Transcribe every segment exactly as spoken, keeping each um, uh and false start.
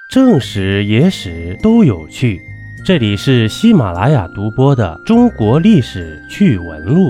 正史、野史都有趣，这里是喜马拉雅独播的中国历史趣闻录。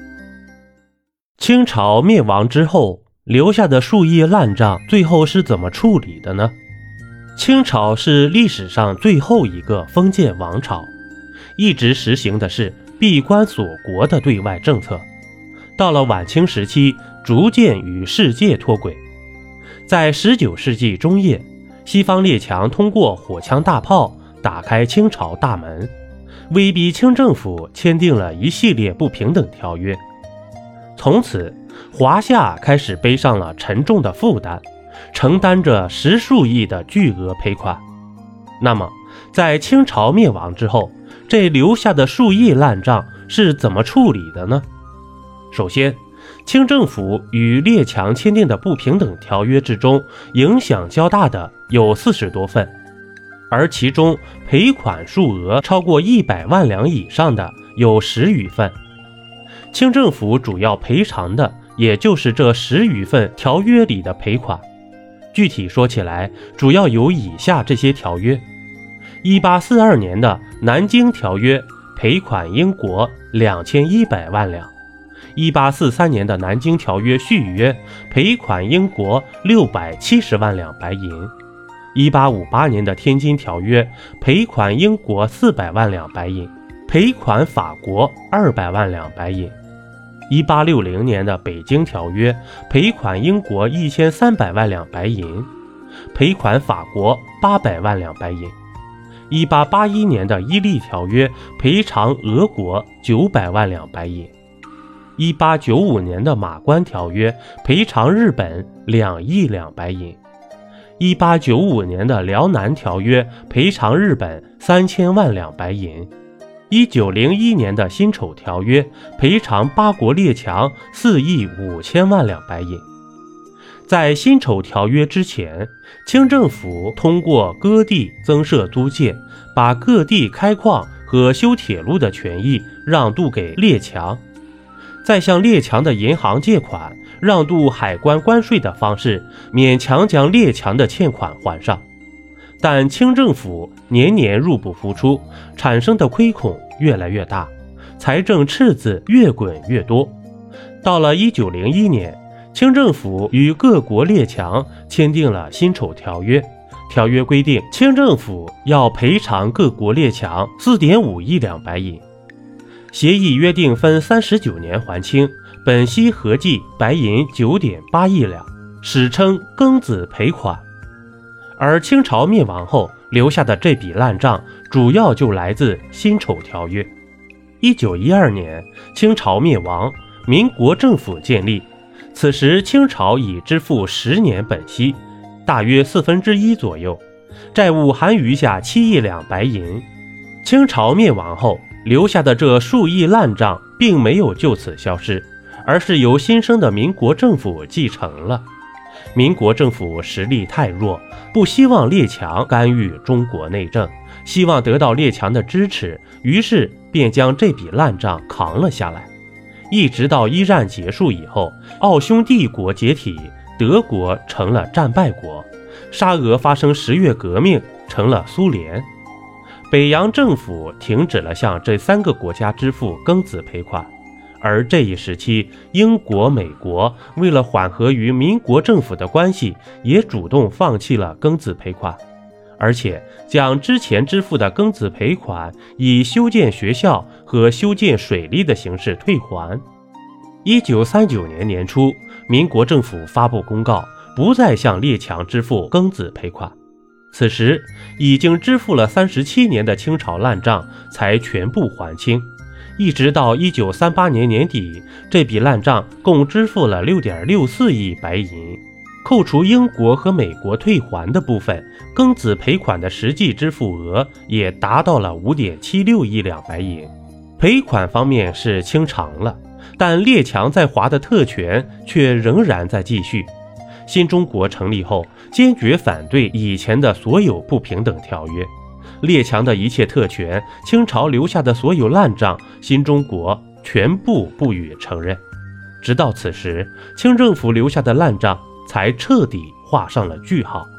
清朝灭亡之后，留下的数亿烂账最后是怎么处理的呢？清朝是历史上最后一个封建王朝，一直实行的是闭关锁国的对外政策。到了晚清时期，逐渐与世界脱轨。在十九世纪中叶，西方列强通过火枪大炮打开清朝大门，威逼清政府签订了一系列不平等条约。从此，华夏开始背上了沉重的负担，承担着十数亿的巨额赔款。那么，在清朝灭亡之后，这留下的数亿烂账是怎么处理的呢？首先，清政府与列强签订的不平等条约之中，影响较大的有四十多份，而其中赔款数额超过一百万两以上的有十余份。清政府主要赔偿的也就是这十余份条约里的赔款。具体说起来，主要有以下这些条约：一八四二年的南京条约，赔款英国两千一百万两；一八四三年的南京条约续约，赔款英国六百七十万两白银；一八五八年的天津条约，赔款英国四百万两白银，赔款法国二百万两白银；一八六零年的北京条约，赔款英国一千三百万两白银，赔款法国八百万两白银；一八八一年的伊利条约，赔偿俄国九百万两白银；一八九五年的马关条约，赔偿日本两亿两白银；一八九五年的辽南条约，赔偿日本三千万两白银；一九零一年的辛丑条约，赔偿八国列强四亿五千万两白银。在辛丑条约之前，清政府通过割地增设租界，把各地开矿和修铁路的权益让渡给列强，再向列强的银行借款，让渡海关关税的方式，勉强将列强的欠款还上。但清政府年年入不敷出，产生的亏空越来越大，财政赤字越滚越多。到了一九零一年，清政府与各国列强签订了辛丑条约，条约规定清政府要赔偿各国列强 四点五亿两白银。协议约定分三十九年还清，本息合计白银 九点八亿两，史称庚子赔款。而清朝灭亡后留下的这笔烂账，主要就来自辛丑条约。一九一二年，清朝灭亡，民国政府建立，此时清朝已支付十年本息，大约四分之一左右，债务还余下七亿两白银。清朝灭亡后留下的这数亿烂账并没有就此消失，而是由新生的民国政府继承了。民国政府实力太弱，不希望列强干预中国内政，希望得到列强的支持，于是便将这笔烂账扛了下来。一直到一战结束以后，奥匈帝国解体，德国成了战败国，沙俄发生十月革命，成了苏联。北洋政府停止了向这三个国家支付庚子赔款，而这一时期，英国、美国为了缓和与民国政府的关系，也主动放弃了庚子赔款，而且将之前支付的庚子赔款以修建学校和修建水利的形式退还。一九三九年年初，民国政府发布公告，不再向列强支付庚子赔款。此时已经支付了三十七年的清朝烂账才全部还清，一直到一九三八年年底，这笔烂账共支付了 六点六四亿白银，扣除英国和美国退还的部分，庚子赔款的实际支付额也达到了 五点七六亿两白银。赔款方面是清偿了，但列强在华的特权却仍然在继续。新中国成立后，坚决反对以前的所有不平等条约，列强的一切特权，清朝留下的所有烂账，新中国全部不予承认。直到此时，清政府留下的烂账才彻底画上了句号。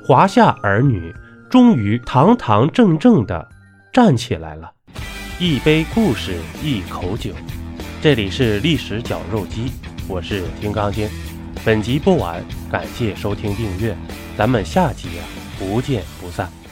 华夏儿女终于堂堂正正地站起来了。一杯故事，一口酒，这里是历史绞肉机，我是金刚经。本集播完，感谢收听订阅，咱们下集啊不见不散。